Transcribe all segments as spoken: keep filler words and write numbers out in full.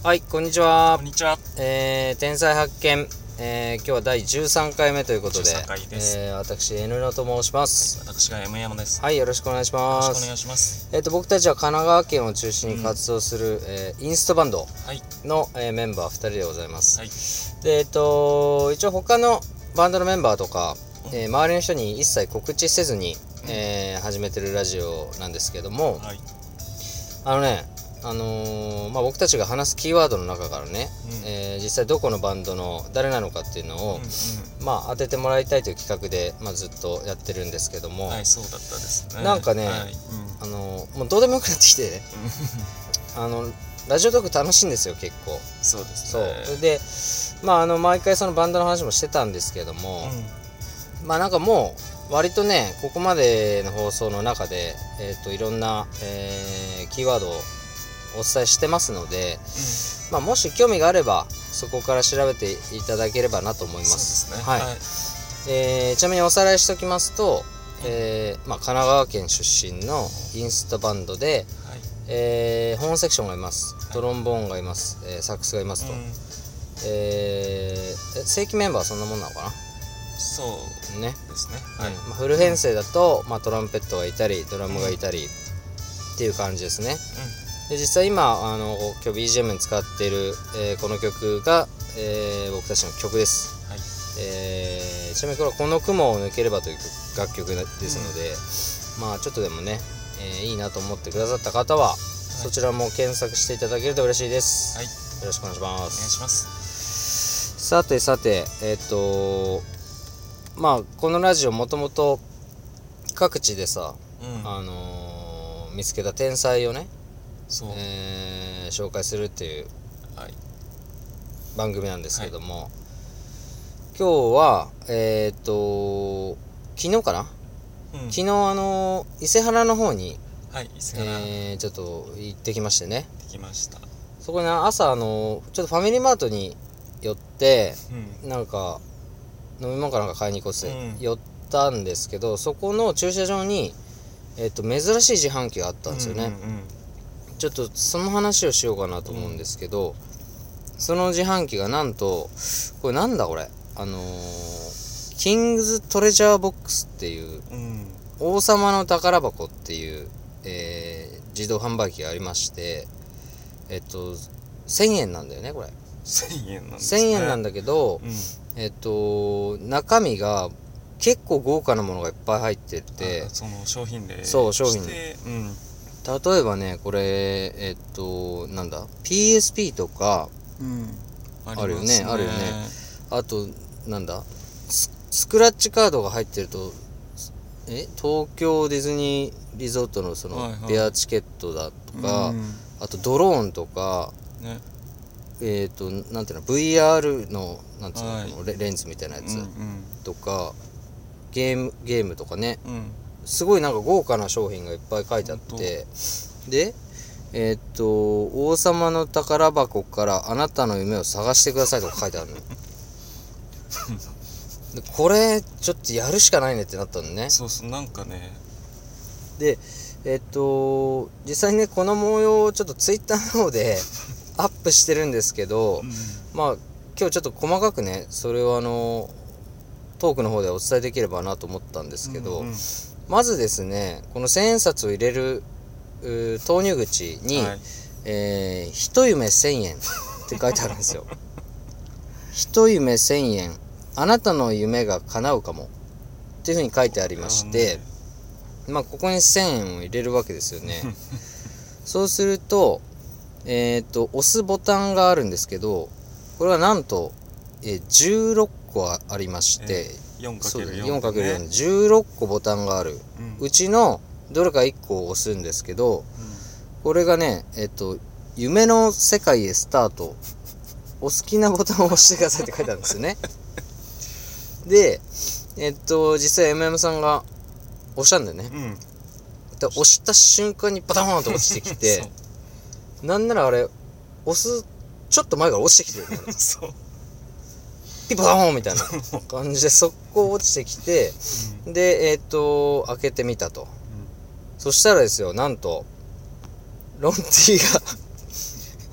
はい、こんにちは。 こんにちは。 えー、天才発見、えー、今日はだいじゅうさんかいめということで、 じゅうさんかいです。 えー、私 N 野と申します、 はい、私が M 山です。 はい、よろしくお願いします。 よろしくお願いします。 えーと僕たちは神奈川県を中心に活動する、うんえー、インストバンドの、はいえー、メンバーふたりでございます。はい、でえっ、ー、と一応他のバンドのメンバーとか、うんえー、周りの人に一切告知せずに、うんえー、始めてるラジオなんですけども、はい、あのねあのーまあ、僕たちが話すキーワードの中からね、うんえー、実際どこのバンドの誰なのかっていうのを、うんうんまあ、当ててもらいたいという企画で、まあ、ずっとやってるんですけども、 はい、そうだったですね。 なんかね、はいうん、あのー、もうどうでもよくなってきてあのラジオトーク楽しいんですよ結構。 そうですね。 そうで、まあ、あの毎回そのバンドの話もしてたんですけども、うん、まあなんかもう割とねここまでの放送の中で、えー、といろんな、えー、キーワードをお伝えしてますので、うんまあ、もし興味があればそこから調べていただければなと思います。 そうですね。 はい。 はいえー、ちなみにおさらいしておきますと、えーまあ、神奈川県出身のインストバンドで、はいえー、ホーンセクションがいます、トロンボーンがいます、えー、サックスがいますと、うんえー、正規メンバーはそんなもんなのかな。 そうねですね。はいうんまあ、フル編成だと、まあ、トランペットがいたりドラムがいたり、うん、っていう感じですね。うんで実際今あの今日 ビージーエム に使っている、えー、この曲が、えー、僕たちの曲です、はいえー、ちなみにこれはこの雲を抜ければという楽曲ですので、うん、まあちょっとでもね、えー、いいなと思ってくださった方は、はい、そちらも検索していただけると嬉しいです、はい、よろしくお願いします。 お願いします。 さてさてえっ、ー、とまあこのラジオもともと各地でさ、うんあのー、見つけた天才をねそうえー、紹介するっていう番組なんですけども、はい、今日はえっ、ー、と昨日かな、うん、昨日あの伊勢原の方に、はい伊勢原えー、ちょっと行ってきましてね。 行きました。 そこに朝あのちょっとファミリーマートに寄って、うん、なんか飲み物かなんか買いに行こうって、うん、寄ったんですけど、そこの駐車場に、えー、と珍しい自販機があったんですよね。うんうんうんちょっとその話をしようかなと思うんですけど、うん、その自販機がなんとこれなんだこれあのー、キングズトレジャーボックスっていう、うん、王様の宝箱っていう、えー、自動販売機がありましてえっとせんえんなんだよねこれ。 せんえんなんですね。 せんえんなんだけど、うん、えっと中身が結構豪華なものがいっぱい入ってて、 その商品でそう商品で、うん例えばねこれえっとなんだ ピーエスピー とか、うん、あるよねあるよねあとなんだ ス, スクラッチカードが入ってるとえ東京ディズニーリゾートのその、はいはい、ペアチケットだとか、うん、あとドローンとか、ね、えっとなんていうの ブイアール のなんていうの、はい、この レ, レンズみたいなやつ、うんうん、とかゲームゲームとかね、うんすごいなんか豪華な商品がいっぱい書いてあってでえー、っと王様の宝箱からあなたの夢を探してくださいとか書いてあるのでこれちょっとやるしかないねってなったのね。 そうそうなんかねでえー、っと実際にねこの模様をちょっとツイッターの方でアップしてるんですけど、うん、まあ今日ちょっと細かくねそれをあのトークの方でお伝えできればなと思ったんですけど、うんうんまずですねこの千円札を入れる投入口に、はいえー、一夢千円って書いてあるんですよ一夢千円あなたの夢が叶うかもっていうふうに書いてありましてまあここに千円を入れるわけですよねそうするとえっと押すボタンがあるんですけどこれはなんと、えー、じゅうろっこありまして、えーよんかけるよんよんかけるよん じゅうろっこボタンがある、うん、うちのどれかいっこを押すんですけど、うん、これがねえっと夢の世界へスタートお好きなボタンを押してくださいって書いてあるんですよねでえっと実際 エムエム さんが押したんだよね、うん、で押した瞬間にバターンと落ちてきてなんならあれ押すちょっと前から落ちてきてるよねそうピポーンみたいな感じで速攻落ちてきて、うん、でえっ、ー、と開けてみたと、うん、そしたらですよなんとロンティが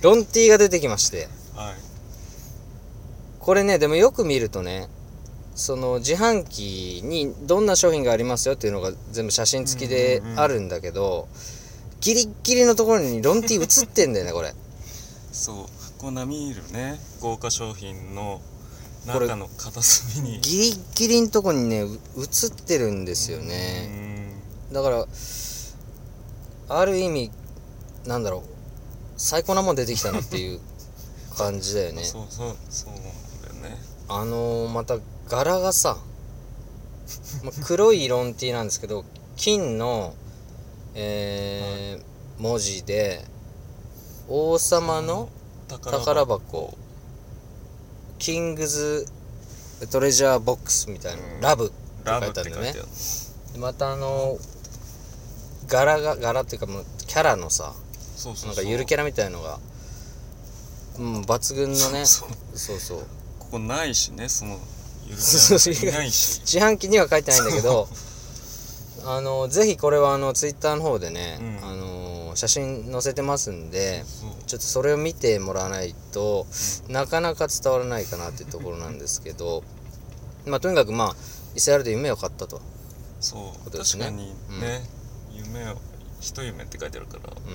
ロン T が出てきまして、 はい、 これねでもよく見るとね、その自販機にどんな商品がありますよっていうのが全部写真付きであるんだけど、うんうんうん、ギリッギリのところにロン T 映ってんだよねこれ。 そうこんな見るね豪華商品の中の片隅にギリッギリのとこにね映ってるんですよね。だからある意味なんだろう、最高なもん出てきたなっていう感じだよね。 そうそうそうなんだよね。 あのー、また柄がさ、まあ、黒いロン T なんですけど金の、えーはい、文字で王様の宝箱キングズトレジャーボックスみたいな、うん、ラブって書いてあるんだよね。またあの柄が柄っていうかもうキャラのさ、そうそうそう、なんかゆるキャラみたいのが、うん、抜群のね、そうそうそう、 ここないしね、そのゆるキャラないし自販機には書いてないんだけどあのぜひこれはあのツイッターの方でね、うん、あの写真載せてますんで、ちょっとそれを見てもらわないと、うん、なかなか伝わらないかなっていうところなんですけどまあとにかくまあイスラエルで夢を買ったと。 そうことですね。確かにね、うん、夢を一夢って書いてあるから、うん、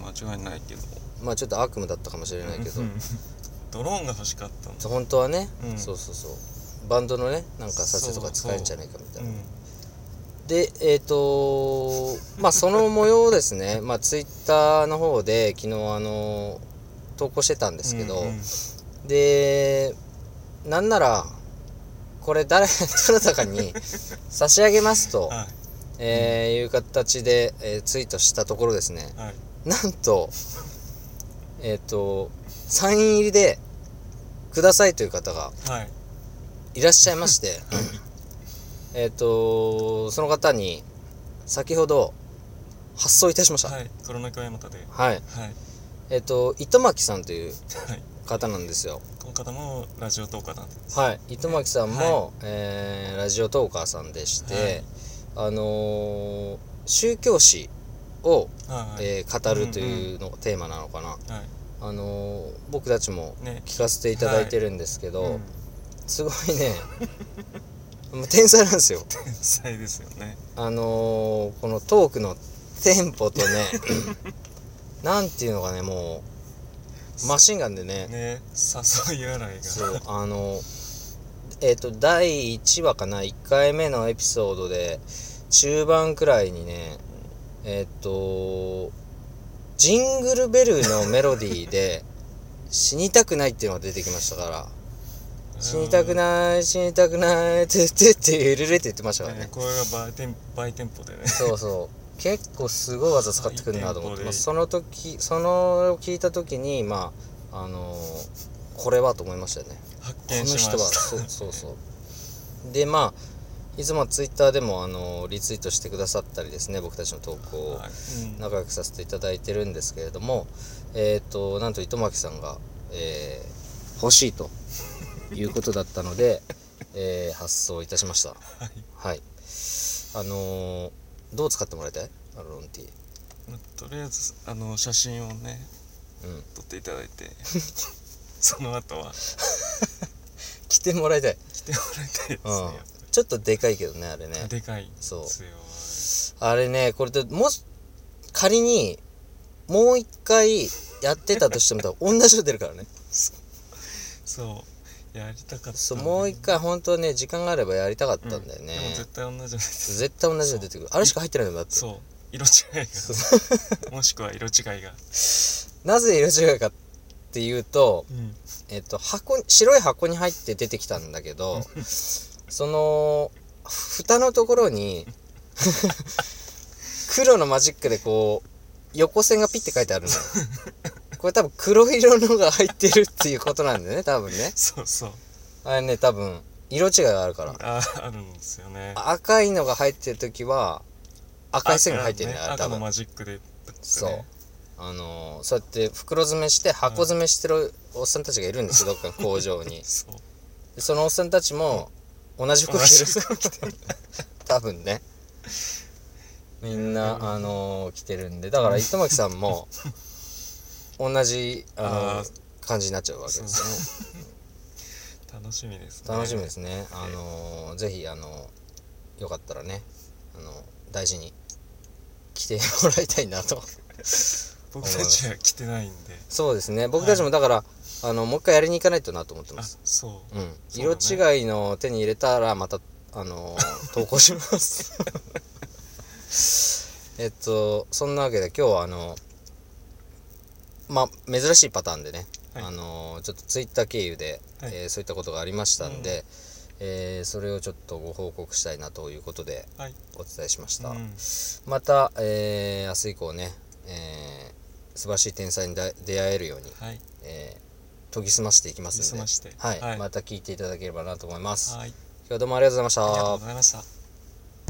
間違いないけど、 まあちょっと悪夢だったかもしれないけどドローンが欲しかったんだ本当はね、うん、そうそうそう、バンドのねなんか撮影とか使えるんじゃないかみたいな。でえっ、ー、とまあその模様をですねまあツイッターの方で昨日あの投稿してたんですけど、うんうん、でなんならこれ誰どなたかに差し上げますと、はい、えー、いう形で、えー、ツイートしたところですね、はい、なんとえっ、ー、とサイン入りでくださいという方がいらっしゃいまして、はいえっとその方に先ほど発送いたしました。 はい、コロナ禍山田で。 はい。はい、えっと糸巻さんという方なんですよ。はい、 この方もラジオトーカーなんです。 はい、糸巻さんも、はいえー、ラジオトーカーさんでして、はい、あのー、宗教史を、はいえー、語るというのがテーマなのかな。はい、あのー、僕たちも聞かせていただいてるんですけど、ねはいうん、すごいね。もう天才なんですよ。 天才ですよね。 あのー、このトークのテンポとねなんていうのかねもうマシンガンでねね誘い洗いがそうあのえっ、ー、とだいいちわかないっかいめのエピソードで中盤くらいにねえっ、ー、とジングルベルのメロディーで死にたくないっていうのが出てきましたから死にたくない死にたくないってってってゆるれって言ってましたからね。 これがバイテンバイテンポでねそうそう結構すごい技使ってくるなと思って、まあ、その時その聞いた時にまああのー、これはと思いましたよね。 発見しました。この人はそうそうそうでまあいつもツイッターでも、あのー、リツイートしてくださったりですね僕たちの投稿を仲良くさせていただいてるんですけれども、えっとなんと糸巻さんが、えー、欲しいということだったので、えー、発送いたしました。はい、はい、あのー、どう使ってもらいたい？あのロンティー、 まあ、とりあえずあの写真をね、うん、撮っていただいてその後は着てもらいたい着てもらいたいですね、 うん、ちょっとでかいけどねあれね。 でかいそうあれねこれでもし仮にもう一回やってたとしても同じの出るからねそうやりたかった、ね、 そうもう一回本当はね時間があればやりたかったんだよね、うん、でも絶対同じの出てくる絶対同じの出てくるあれしか入ってないんだってそう色違いがもしくは色違いがなぜ色違いかっていうと、うん、えっと箱白い箱に入って出てきたんだけどその蓋のところに黒のマジックでこう横線がピッて書いてあるのこれ多分黒色のが入ってるっていうことなんだよね多分ね。 そうそうあれね多分色違いがあるからああるんですよね。 赤いのが入ってる時は赤い線が入ってるんだよ、 ね、赤のマジックで、ね、 そうあのー、そうやって袋詰めして箱詰めしてるおっさんたちがいるんですよ、どっか工場にそうでそのおっさんたちも同じ服着てる多分ねみんな、あのー、着てるんでだから糸巻さんも同じあのあ感じになっちゃうわけですよね。 楽しみですね。 楽しみですね。あのぜひあのよかったらね、あの大事に来てもらいたいなと僕たちは来てないんで。 そうですね、僕たちもだから、はい、あのもう一回やりに行かないとなと思ってます。 あ、そう、 うん、 そうね、 色違いの手に入れたらまたあの投稿しますえっとそんなわけで今日はあのまあ珍しいパターンでね、はい、あのちょっとツイッター経由で、はい、えー、そういったことがありましたんで、うん、えー、それをちょっとご報告したいなということでお伝えしました、はい、うん、また、えー、明日以降ね、えー、素晴らしい天才に出会えるように、はい、えー、研ぎ澄ましていきますので、はいはい、また聞いていただければなと思います、はい、今日はどうもありがとうございました。 ありがとうございました。